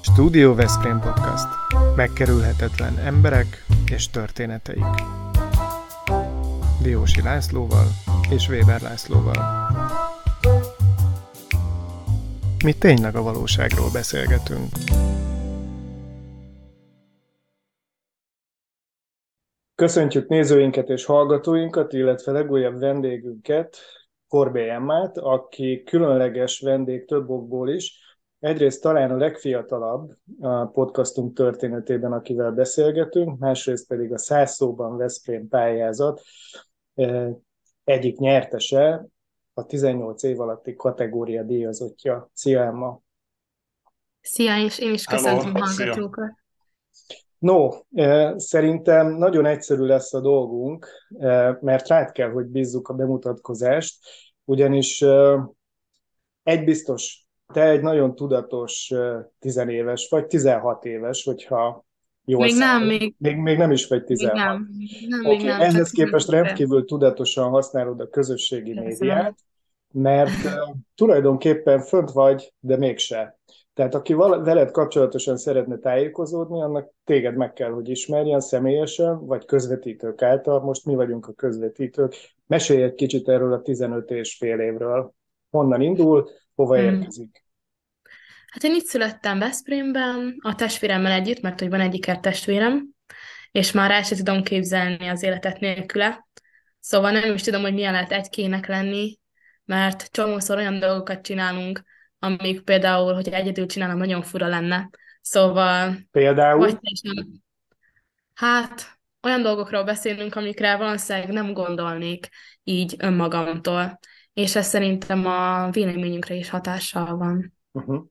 Studio Veszprém Podcast. Megkerülhetetlen emberek és történeteik. Diósi Lászlóval és Weber Lászlóval. Mi tényleg a valóságról beszélgetünk. Köszöntjük nézőinket és hallgatóinkat, illetve legújabb vendégünket, Korbély Emmát, aki különleges vendég több okból is. Egyrészt talán a legfiatalabb a podcastunk történetében, akivel beszélgetünk, másrészt pedig a 100 szóban Veszprém pályázat egyik nyertese, a 18 év alatti kategória díjazottja. Szia, Emma! Szia, és én is köszöntöm a hallgatókat. No, szerintem nagyon egyszerű lesz a dolgunk, mert rád kell, hogy bízzuk a bemutatkozást, ugyanis egy biztos, te egy nagyon tudatos 10 éves vagy, 16 éves, hogyha jól számolom. Még nem is vagy 16. Még nem, csak Ehhez képest 16 éve. rendkívül tudatosan használod a közösségi Köszönöm. médiát, mert tulajdonképpen fönt vagy, de mégse. Tehát aki veled kapcsolatosan szeretne tájékozódni, annak téged meg kell, hogy ismerjen személyesen, vagy közvetítők által. Most mi vagyunk a közvetítők. Mesélj egy kicsit erről a 15 és fél évről. Honnan indul, hova érkezik? Hát én itt születtem Veszprémben, a testvéremmel együtt, mert hogy van egy ikertestvérem, és már el sem tudom képzelni az életet nélküle. Szóval nem is tudom, hogy milyen lehet egykének lenni, mert csomószor olyan dolgokat csinálunk, amik például, hogy egyedül csinálom, nagyon fura lenne. Szóval, Például? hát olyan dolgokról beszélünk, amikre valószínűleg nem gondolnék így önmagamtól. És ez szerintem a véleményünkre is hatással van. Uh-huh.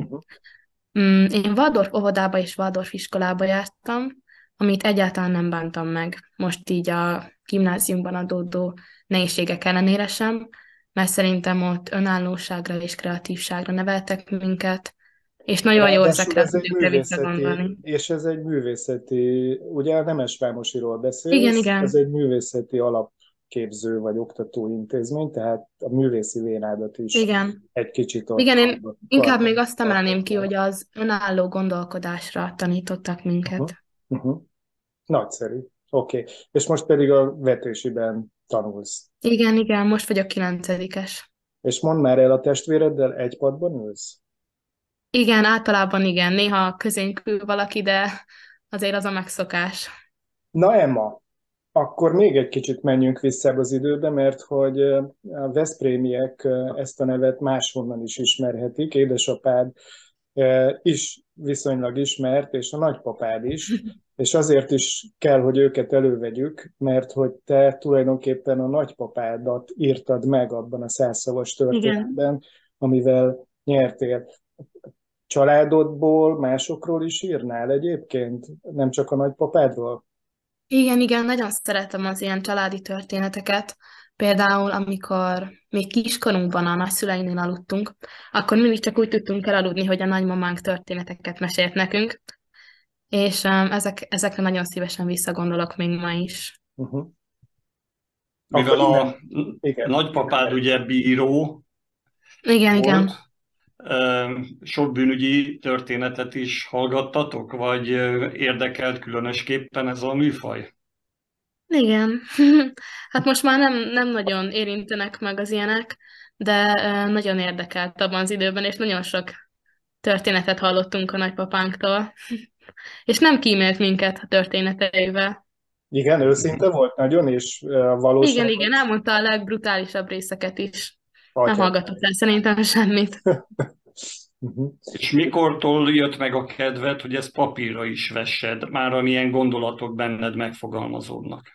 Én Waldorf óvodába és Waldorf iskolába jártam, amit egyáltalán nem bántam meg. Most így a gimnáziumban adódó nehézségek ellenére sem, mert szerintem ott önállóságra és kreatívságra neveltek minket, és nagyon jó ezekre az időkre visszagondolni. És ez egy művészeti, ugye a Nemesvárosiról Igen, beszélsz, igen. ez egy művészeti alapképző vagy oktatóintézmény, tehát a művészi vénádat is Igen. egy kicsit ott. Igen, én inkább még azt emelném ki, hogy az önálló gondolkodásra tanítottak minket. Nagyszerű. Oké. És most pedig a vetésiben tanulsz. Igen, most vagyok 9-es. És mondd már el, a testvéreddel egy padban ülsz? Igen, általában igen. Néha közénk ül valaki, de azért az a megszokás. Na, Emma, akkor még egy kicsit menjünk vissza az időbe, mert hogy a veszprémiek ezt a nevet máshonnan is ismerhetik. Édesapád is viszonylag ismert, és a nagypapád is, és azért is kell, hogy őket elővegyük, mert hogy te tulajdonképpen a nagypapádat írtad meg abban a 100 szavas történetben, amivel nyertél. Családodból, másokról is írnál egyébként, nem csak a nagypapádról? Igen, nagyon szeretem az ilyen családi történeteket. Például, amikor még kiskorunkban a nagyszüleinél aludtunk, akkor mindig csak úgy tudtunk elaludni, hogy a nagymamánk történeteket mesélt nekünk, és ezekre nagyon szívesen visszagondolok még ma is. Mivel a nagypapád ugye bíró volt, sok bűnügyi történetet is hallgattatok, vagy érdekelt különösképpen ez a műfaj? Igen, hát most már nem nagyon érintenek meg az ilyenek, de nagyon érdekelt abban az időben, és nagyon sok történetet hallottunk a nagypapánktól, és nem kímélt minket a történeteivel. Igen, őszinte volt nagyon, és valós. Igen, elmondta a legbrutálisabb részeket is. Nem hallgatott el szerintem semmit. És mikortól jött meg a kedved, hogy ezt papírra is vessed, már amilyen gondolatok benned megfogalmazódnak?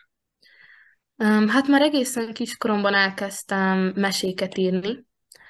Hát már egészen kiskoromban elkezdtem meséket írni.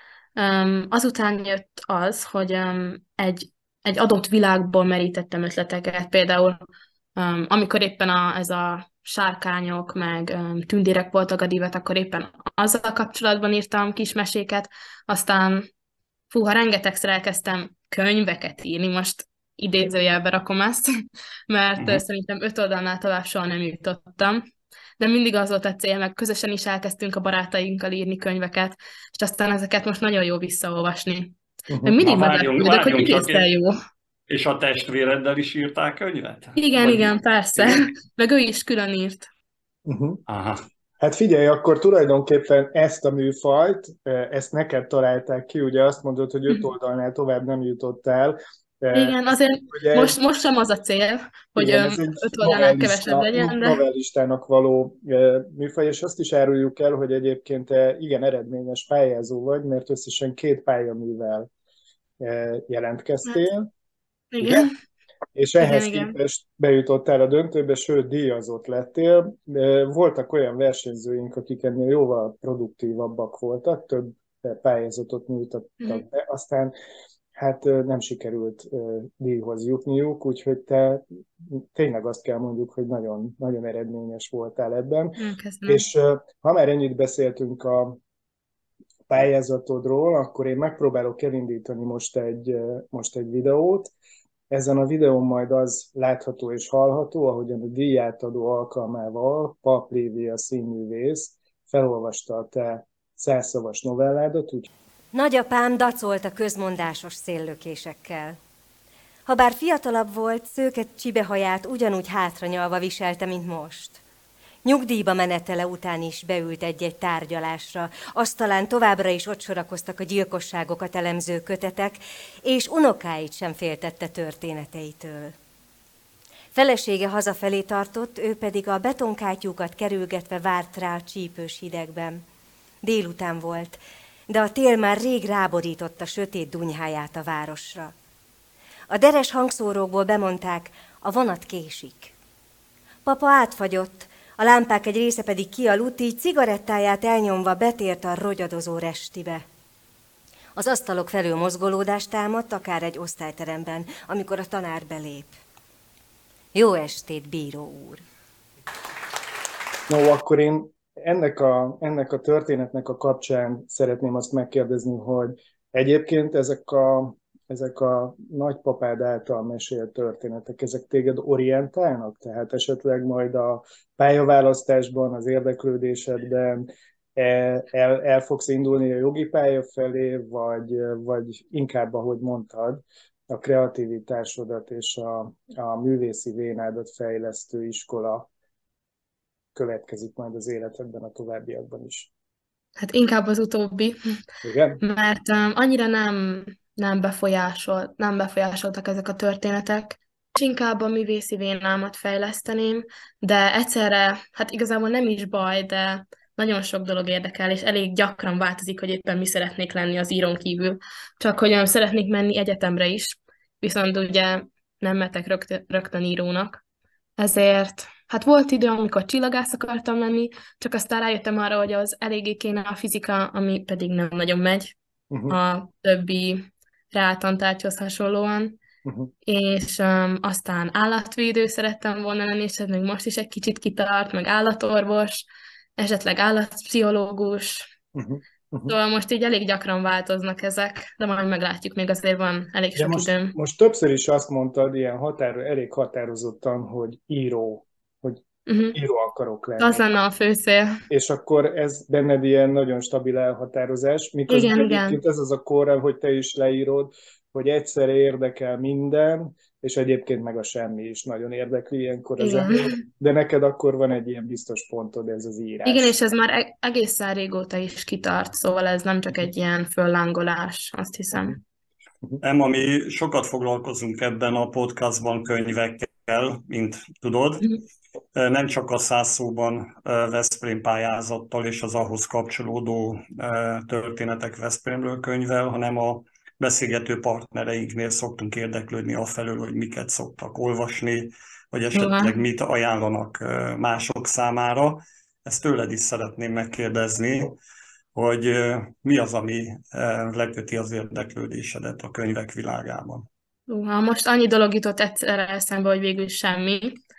Azután jött az, hogy egy adott világból merítettem ötleteket. Például amikor éppen ez a sárkányok, meg tündérek voltak a divat, akkor éppen azzal kapcsolatban írtam kis meséket. Aztán ha rengetegszer elkezdtem könyveket írni, most idézőjelbe rakom ezt, mert szerintem 5 oldalnál tovább soha nem jutottam. De mindig az volt a cél, meg közösen is elkezdtünk a barátainkkal írni könyveket, és aztán ezeket most nagyon jó visszaolvasni. Meg mindig meglepődök, hogy egészen jó. És a testvéreddel is írtál könyvet? Igen, Vagy... igen, persze. Igen? Meg ő is külön írt. Uh-huh. Aha. Hát figyelj, akkor tulajdonképpen ezt a műfajt, ezt neked találták ki, ugye azt mondod, hogy 5 oldalnál tovább nem jutottál. Igen, azért Ugye most sem az a cél, hogy igen, ez egy 5 oldalnál kevesebb legyen, de novellistának való műfaj, és azt is áruljuk el, hogy egyébként te igen eredményes pályázó vagy, mert összesen 2 pályaművel hát jelentkeztél, ugye? igen, És igen, ehhez igen. képest bejutottál a döntőbe, sőt díjazott lettél. Voltak olyan versenyzőink, akik ennél jóval produktívabbak voltak, több pályázatot Mhm. nyújtottak be, aztán hát nem sikerült díjhoz jutniuk, úgyhogy te tényleg azt kell mondjuk, hogy nagyon, nagyon eredményes voltál ebben. Köszönöm. És ha már ennyit beszéltünk a pályázatodról, akkor én megpróbálok elindítani most egy videót. Ezen a videón majd az látható és hallható, ahogyan a díjátadó alkalmával Pap Lívia színművész felolvasta a te 100 szavas novelládat. Nagyapám dacolt a közmondásos széllökésekkel. Habár fiatalabb volt, szőke csibehaját ugyanúgy hátranyalva viselte, mint most. Nyugdíjba menetele után is beült egy-egy tárgyalásra, asztalán továbbra is ott sorakoztak a gyilkosságokat elemző kötetek, és unokáit sem féltette történeteitől. Felesége hazafelé tartott, ő pedig a betonkátyúkat kerülgetve várt rá a csípős hidegben. Délután volt, de a tél már rég ráborította sötét dunyháját a városra. A deres hangszórókból bemondták, a vonat késik. Papa átfagyott, a lámpák egy része pedig kialudt, így cigarettáját elnyomva betért a rogyadozó restibe. Az asztalok felől mozgolódást támadt, akár egy osztályteremben, amikor a tanár belép. Jó estét, bíró úr! No, akkor én ennek a történetnek a kapcsán szeretném azt megkérdezni, hogy egyébként ezek a nagypapád által mesélt történetek, ezek téged orientálnak? Tehát esetleg majd a pályaválasztásban, az érdeklődésedben el fogsz indulni a jogi pálya felé, vagy inkább, ahogy mondtad, a kreativitásodat és a művészi vénádat fejlesztő iskola következik majd az életedben a továbbiakban is. Hát inkább az utóbbi, Igen? mert annyira nem befolyásoltak ezek a történetek, és inkább a művészi vénámat fejleszteném, de egyszerre, hát igazából nem is baj, de nagyon sok dolog érdekel, és elég gyakran változik, hogy éppen mi szeretnék lenni az írón kívül. Csak hogy szeretnék menni egyetemre is, viszont ugye nem metek rögtön írónak. Ezért, hát volt idő, amikor csillagász akartam lenni, csak aztán rájöttem arra, hogy az eléggé kéne a fizika, ami pedig nem nagyon megy Uh-huh, a többi reáltantárgyhoz hasonlóan. uh-huh, És aztán állatvédő szerettem volna lenni, és ez még most is egy kicsit kitart, meg állatorvos, esetleg állatpszichológus. uh-huh, uh-huh. Szóval most így elég gyakran változnak ezek, de majd meglátjuk, még azért van elég De sok időm. most többször is azt mondtad, ilyen elég határozottan, hogy hogy Uh-huh. író akarok lenni. Az lenne a fő cél. És akkor ez benned ilyen nagyon stabil elhatározás, miközben Igen, egyébként igen. ez az a korral, hogy te is leírod, hogy egyszerre érdekel minden, és egyébként meg a semmi is nagyon érdekli ilyenkor az Igen. ember, de neked akkor van egy ilyen biztos pontod, ez az Igen, írás. és ez már egészen régóta is kitart, szóval ez nem csak egy ilyen föllángolás, azt hiszem. Emma, mi sokat foglalkozunk ebben a podcastban könyvekkel, mint tudod. Nem csak a 100 szóban Veszprém pályázattal és az ahhoz kapcsolódó történetek Veszprémről könyvvel, hanem a beszélgető partnereinknél szoktunk érdeklődni afelől, hogy miket szoktak olvasni, vagy esetleg mit ajánlanak mások számára. Ezt tőled is szeretném megkérdezni, hogy mi az, ami leköti az érdeklődésedet a könyvek világában. Most annyi dolog jutott egyszerre eszembe, hogy végül semmi,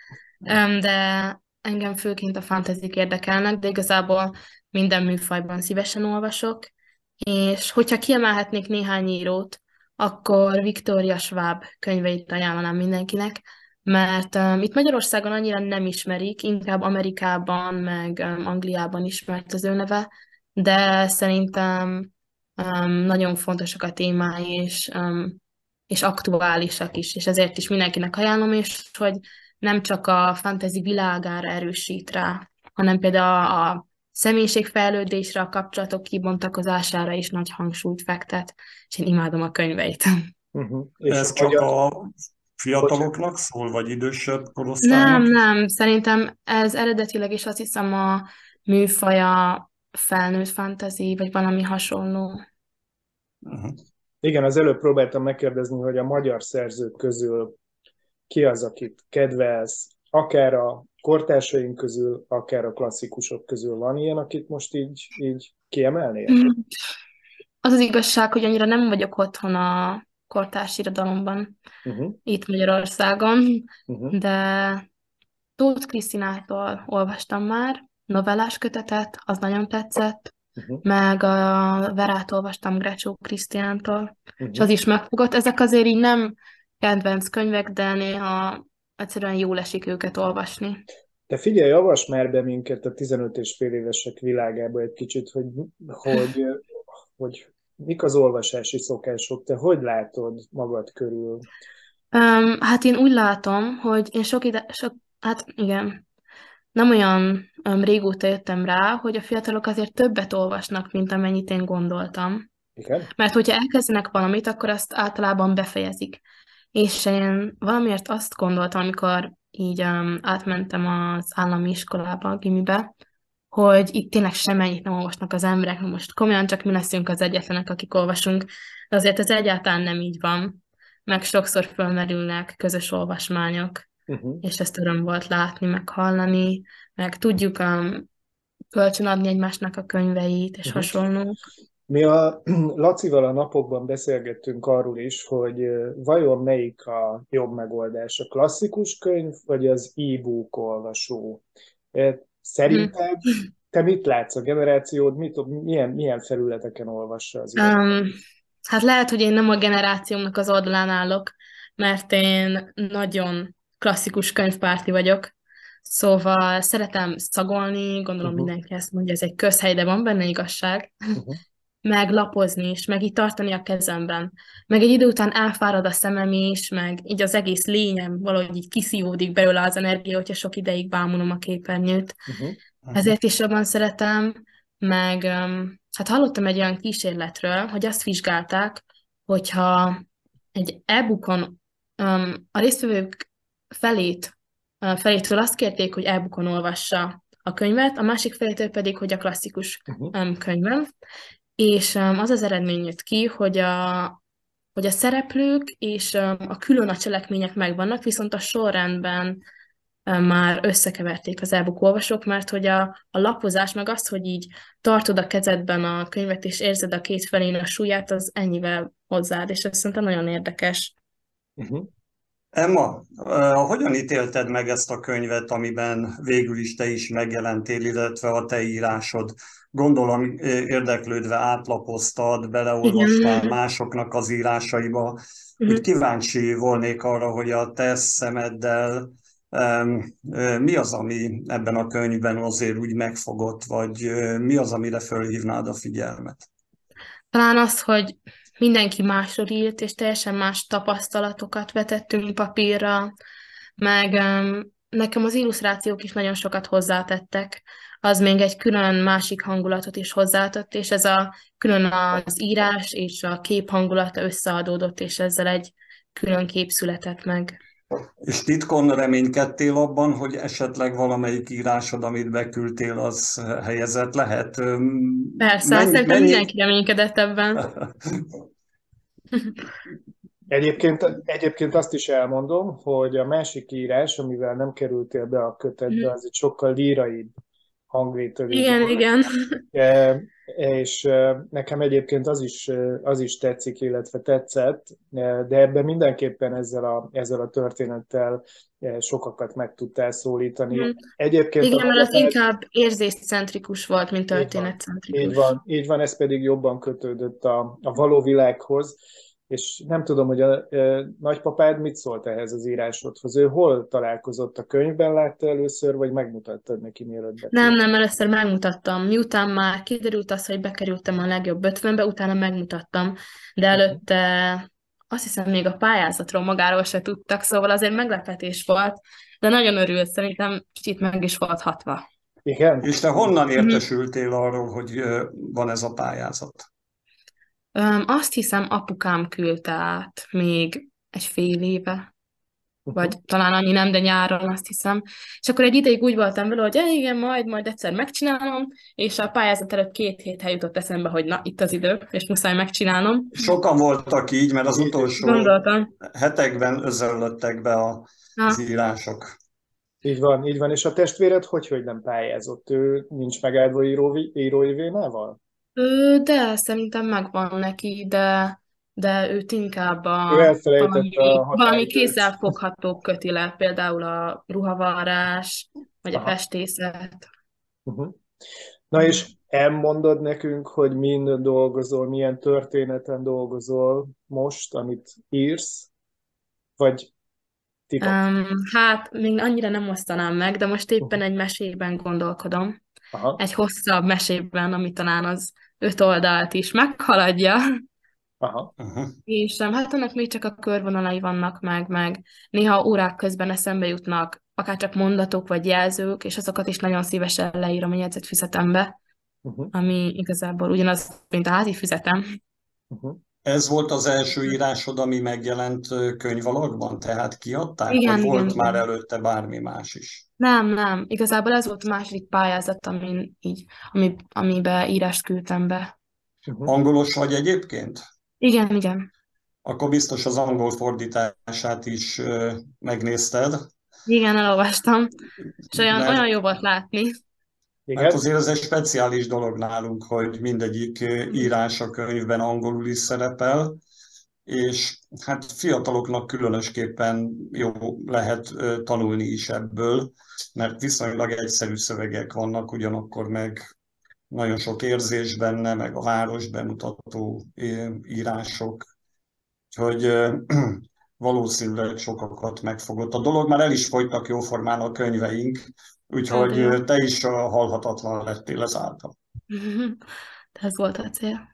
de engem főként a fantasy-k érdekelnek, de igazából minden műfajban szívesen olvasok, és hogyha kiemelhetnék néhány írót, akkor Victoria Schwab könyveit ajánlanám mindenkinek, mert itt Magyarországon annyira nem ismerik, inkább Amerikában, meg Angliában ismert az ő neve, de szerintem nagyon fontosak a témái, és és aktuálisak is, és ezért is mindenkinek ajánlom, és hogy nem csak a fantasy világára erősít rá, hanem például a személyiségfejlődésre, a kapcsolatok kibontakozására is nagy hangsúlyt fektet, és én imádom a könyveit. És Ez csak a fiataloknak szól, vagy idősebb korosztálynak? Nem, szerintem ez eredetileg is azt hiszem a műfaja felnőtt fantasy, vagy valami hasonló. Igen, az előbb próbáltam megkérdezni, hogy a magyar szerzők közül ki az, akit kedvelsz, akár a kortársaink közül, akár a klasszikusok közül. Van ilyen, akit most így kiemelnél? Az az igazság, hogy annyira nem vagyok otthon a kortárs irodalomban itt Magyarországon, de Tóth Krisztinától olvastam már novellás kötetet, az nagyon tetszett, meg a Verát olvastam Grácsó Krisztiántól, és az is megfogott. Ezek azért így nem kedvenc könyvek, de néha egyszerűen jól esik őket olvasni. Te figyelj, avasd már be minket a 15 és fél évesek világába egy kicsit, hogy mik az olvasási szokások, te hogy látod magad körül? Hát én úgy látom, hogy én hát igen, nem olyan régóta jöttem rá, hogy a fiatalok azért többet olvasnak, mint amennyit én gondoltam. Igen? Mert hogyha elkezdenek valamit, akkor azt általában befejezik. És én valamiért azt gondoltam, amikor így átmentem az állami iskolába, a gimibe, hogy itt tényleg semmennyit nem olvasnak az emberek, most komolyan csak mi leszünk az egyetlenek, akik olvasunk, de azért ez egyáltalán nem így van, meg sokszor fölmerülnek közös olvasmányok, és ezt öröm volt látni, meg hallani, meg tudjuk kölcsönadni egymásnak a könyveit, és hasonlók. Mi a Lacival a napokban beszélgettünk arról is, hogy vajon melyik a jobb megoldás, a klasszikus könyv, vagy az e-book olvasó. Szerinted te mit látsz, a generációd, milyen felületeken olvassa az irodalmat? Hát lehet, hogy én nem a generációmnak az oldalán állok, mert én nagyon klasszikus könyvpárti vagyok, szóval szeretem szagolni, gondolom mindenki ezt mondja, ez egy közhely, de van benne igazság, meg lapozni is, meg így tartani a kezemben. Meg egy idő után elfárad a szemem is, meg így az egész lényem valahogy így kiszívódik belőle az energia, hogyha sok ideig bámulom a képernyőt. Ezért is jobban szeretem, meg hát hallottam egy olyan kísérletről, hogy azt vizsgálták, hogyha egy e-bookon a résztvevők felétől azt kérték, hogy e-bookon olvassa a könyvet, a másik felétől pedig, hogy a klasszikus könyvben. És az az eredmény jött ki, hogy a szereplők és a külön a cselekmények megvannak, viszont a sorrendben már összekeverték az e-book olvasók, mert hogy a lapozás, meg azt, hogy így tartod a kezedben a könyvet, és érzed a két felén a súlyát, az ennyivel hozzád, és ez szerintem nagyon érdekes. Emma, hogyan ítélted meg ezt a könyvet, amiben végül is te is megjelentél, illetve a te írásod? Gondolom érdeklődve átlapoztad, beleolvastál másoknak az írásaiba. Úgy kíváncsi volnék arra, hogy a te szemeddel mi az, ami ebben a könyvben azért úgy megfogott, vagy mi az, amire fölhívnád a figyelmet? Talán az, hogy mindenki másról írt, és teljesen más tapasztalatokat vetettünk papírra, meg nekem az illusztrációk is nagyon sokat hozzátettek, az még egy külön másik hangulatot is hozzátett, és ez külön az írás és a kép hangulata összeadódott, és ezzel egy külön kép született meg. És titkon reménykedtél abban, hogy esetleg valamelyik írásod, amit beküldtél, az helyezett lehet? Persze, szerintem mindenki reménykedett ebben. Egyébként azt is elmondom, hogy a másik írás, amivel nem kerültél be a kötetbe, az egy sokkal líraibb hangvételű. Igen. És nekem egyébként az is tetszik, illetve tetszett, de ebben mindenképpen ezzel a történettel sokakat meg tudtál szólítani. Egyébként igen, mert az inkább érzéscentrikus volt, mint történetcentrikus. Így van, ez pedig jobban kötődött a való világhoz, és nem tudom, hogy a nagypapád mit szólt ehhez az írásodhoz. Ő hol találkozott, a könyvben látta először, vagy megmutattad neki, mielőtt bekerült? Nem, először megmutattam. Miután már kiderült az, hogy bekerültem a legjobb 50-be, utána megmutattam. De előtte azt hiszem még a pályázatról magáról se tudtak, szóval azért meglepetés volt, de nagyon örült, szerintem kicsit meg is volt hatva. Igen? És te honnan értesültél arról, hogy van ez a pályázat? Azt hiszem, apukám küldte át még egy fél éve, vagy talán annyi nem, de nyáron azt hiszem. És akkor egy ideig úgy voltam vele, hogy igen, majd egyszer megcsinálom, és a pályázat előtt 2 héttel jutott eszembe, hogy na, itt az idő, és muszáj megcsinálnom. Sokan voltak így, mert az utolsó Gondoltam. hetekben özönlöttek be az írások. Így van. És a testvéred hogy nem pályázott? Ő nincs megáldva írói vénával? De szerintem megvan neki, de őt inkább Ő elfelejtette a valami határidőt. kézzelfogható köti le, például a ruhavarrás, vagy a festészet. Na és elmondod nekünk, hogy min dolgozol, milyen történeten dolgozol most, amit írsz? Vagy titok? Hát még annyira nem osztanám meg, de most éppen egy mesében gondolkodom. Egy hosszabb mesében, ami talán az 5 oldalt is meghaladja. És hát annak még csak a körvonalai vannak meg néha órák közben eszembe jutnak, akár csak mondatok vagy jelzők, és azokat is nagyon szívesen leírom a jegyzetfüzetembe, ami igazából ugyanaz, mint a házi füzetem. Ez volt az első írásod, ami megjelent könyvalakban? Tehát kiadták? Igen, vagy volt igen. már előtte bármi más is? Nem. Igazából ez volt a második pályázat, amiben írást küldtem be. Angolos vagy egyébként? Igen. Akkor biztos az angol fordítását is megnézted. Igen, elolvastam. És olyan jó volt látni. Hát azért ez egy speciális dolog nálunk, hogy mindegyik írás a könyvben angolul is szerepel, és hát fiataloknak különösképpen jó lehet tanulni is ebből, mert viszonylag egyszerű szövegek vannak, ugyanakkor meg nagyon sok érzés benne, meg a város bemutató írások. Úgyhogy valószínűleg sokakat megfogott a dolog. Már el is fogytak jóformán a könyveink, úgyhogy te is halhatatlan lettél ezáltal. Ez volt a cél.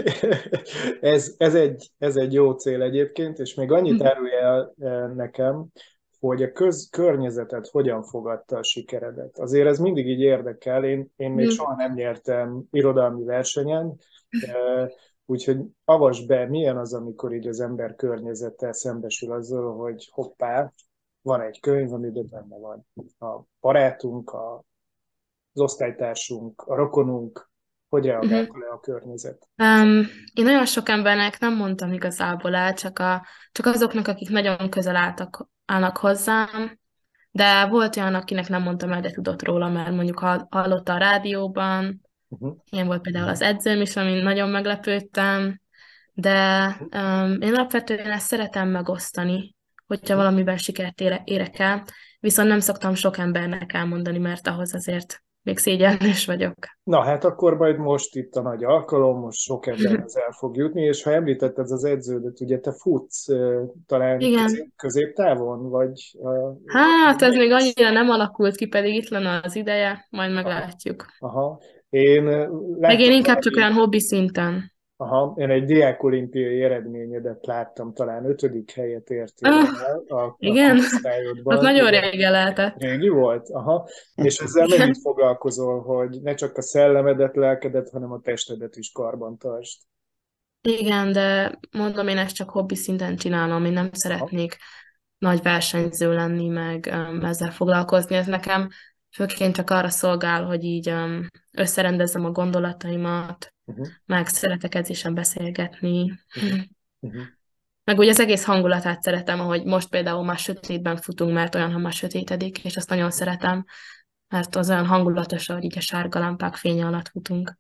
ez egy jó cél egyébként, és még annyit árulj el nekem, hogy a környezeted hogyan fogadta a sikeredet. Azért ez mindig így érdekel. Én még soha nem nyertem irodalmi versenyen, úgyhogy avasd be, milyen az, amikor így az ember környezettel szembesül azzal, hogy hoppá, van egy könyv, amiben benne van a barátunk, az osztálytársunk, a rokonunk. Hogy reagálta le a környezet? Én nagyon sok embernek nem mondtam igazából el, csak azoknak, akik nagyon közel állnak hozzám, de volt olyan, akinek nem mondtam el, de tudott róla, mert mondjuk hallotta a rádióban. Ilyen volt például az edzőm is, amin nagyon meglepődtem, de én alapvetően ezt szeretem megosztani, hogyha valamiben sikert érek el, viszont nem szoktam sok embernek elmondani, mert ahhoz azért még szégyenlős vagyok. Na hát akkor majd most itt a nagy alkalom, most sok emberhez el fog jutni, és ha említetted az edződet, ugye te futsz talán középtávon, vagy... Hát ez még annyira nem alakult ki, pedig itt lenne az ideje, majd meglátjuk. Meg én inkább csak olyan hobbi szinten. Én egy diákolimpiai eredményedet láttam, talán 5. helyet értél el a osztályodban. Az nagyon régen lehetett. Régi volt? És ezzel mennyit foglalkozol, hogy ne csak a szellemedet, lelkedet, hanem a testedet is karbantartsd? Igen, de mondom, én ezt csak hobbi szinten csinálom, én nem szeretnék nagy versenyző lenni, meg ezzel foglalkozni. Ez nekem főként csak arra szolgál, hogy így összerendezzem a gondolataimat, meg szeretek edzésen beszélgetni. Meg úgy az egész hangulatát szeretem, ahogy most például már sötétben futunk, mert olyan hamar sötétedik, és azt nagyon szeretem, mert az olyan hangulatos, hogy így a sárga lámpák fénye alatt futunk.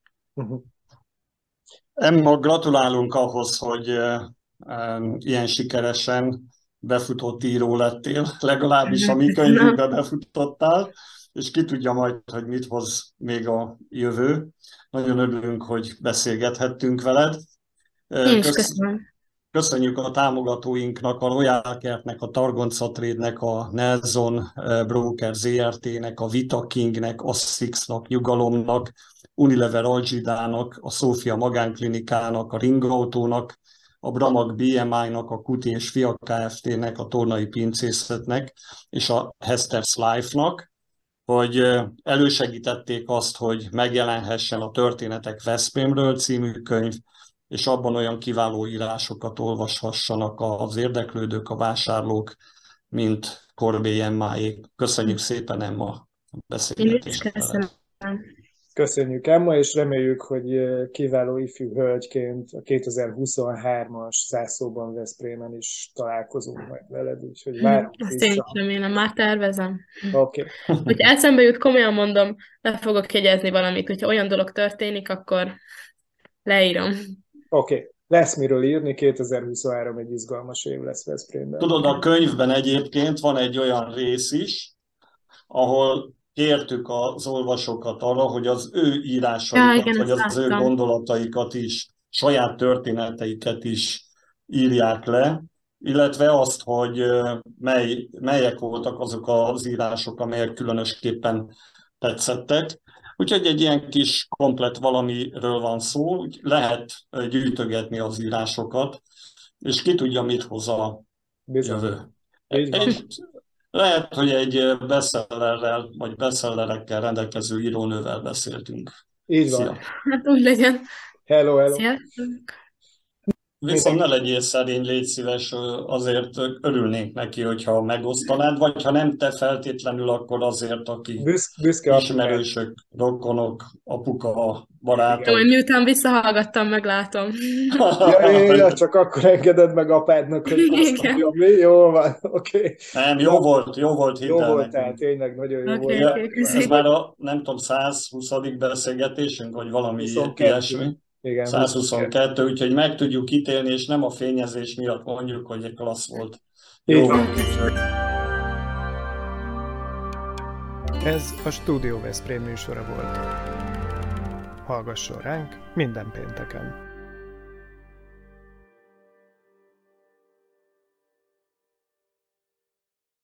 Emma, gratulálunk ahhoz, hogy ilyen sikeresen befutott író lettél, legalábbis a mi könyvünkbe befutottál, és ki tudja majd, hogy mit hoz még a jövő. Nagyon örülünk, hogy beszélgethettünk veled. Én is köszönöm. Köszönjük a támogatóinknak, a Royal Kertnek, a Targonca Trade-nek, a Nelson Broker ZRT-nek, a Vita Kingnek, Assixnak, Nyugalomnak, Unilever Algidának, a Szófia Magánklinikának, a Ringautónak, a Bramag BMI-nak, a Kuti és Fia Kft-nek, a Tornai Pincészetnek és a Hester's Life-nak, hogy elősegítették azt, hogy megjelenhessen a Történetek Veszprémről című könyv, és abban olyan kiváló írásokat olvashassanak az érdeklődők, a vásárlók, mint Korbély Emmáék. Köszönjük szépen, Emma, a beszélgetést. Köszönjük, Emma, és reméljük, hogy kiváló ifjú hölgyként a 2023-as Szászóban, Veszprémen is találkozunk majd veled, úgyhogy várunk vissza. Azt én is remélem, már tervezem. Oké. Hogyha eszembe jut, komolyan mondom, le fogok jegyezni valamit, hogyha olyan dolog történik, akkor leírom. Oké. Lesz miről írni, 2023 egy izgalmas év lesz Veszprémben. Tudod, a könyvben egyébként van egy olyan rész is, ahol kértük az olvasókat arra, hogy az ő írásaikat, vagy az ő gondolataikat is, saját történeteiket is írják le, illetve azt, hogy melyek voltak azok az írások, amelyek különösképpen tetszettek. Úgyhogy egy ilyen kis komplett valamiről van szó, lehet gyűjtögetni az írásokat, és ki tudja, mit hoz a jövő. Lehet, hogy egy bestsellerrel, vagy bestsellerekkel rendelkező írónővel beszéltünk. Így van. Szia. Hát úgy legyen. Hello. Sziasztok. Viszont ne legyél szerény, légy szíves, azért örülnénk neki, hogyha megosztanád, vagy ha nem te feltétlenül, akkor azért, aki büszke ismerősök, rokonok, apuka, barátok. Jó, miután visszahallgattam, meglátom. Ja, csak akkor engeded meg apádnak, hogy azt mondjam, mi? Jó van, oké. Nem, jó volt, hidd el. Jó volt, tehát tényleg nagyon jó volt. Ez már a, nem tudom, 120. beszélgetésünk, vagy valami ilyesmi. Igen, 122, úgyhogy meg tudjuk ítélni, és nem a fényezés miatt mondjuk, hogy egy klassz volt. Jó. Ez a Stúdió Veszprém műsora volt. Hallgasson ránk minden pénteken!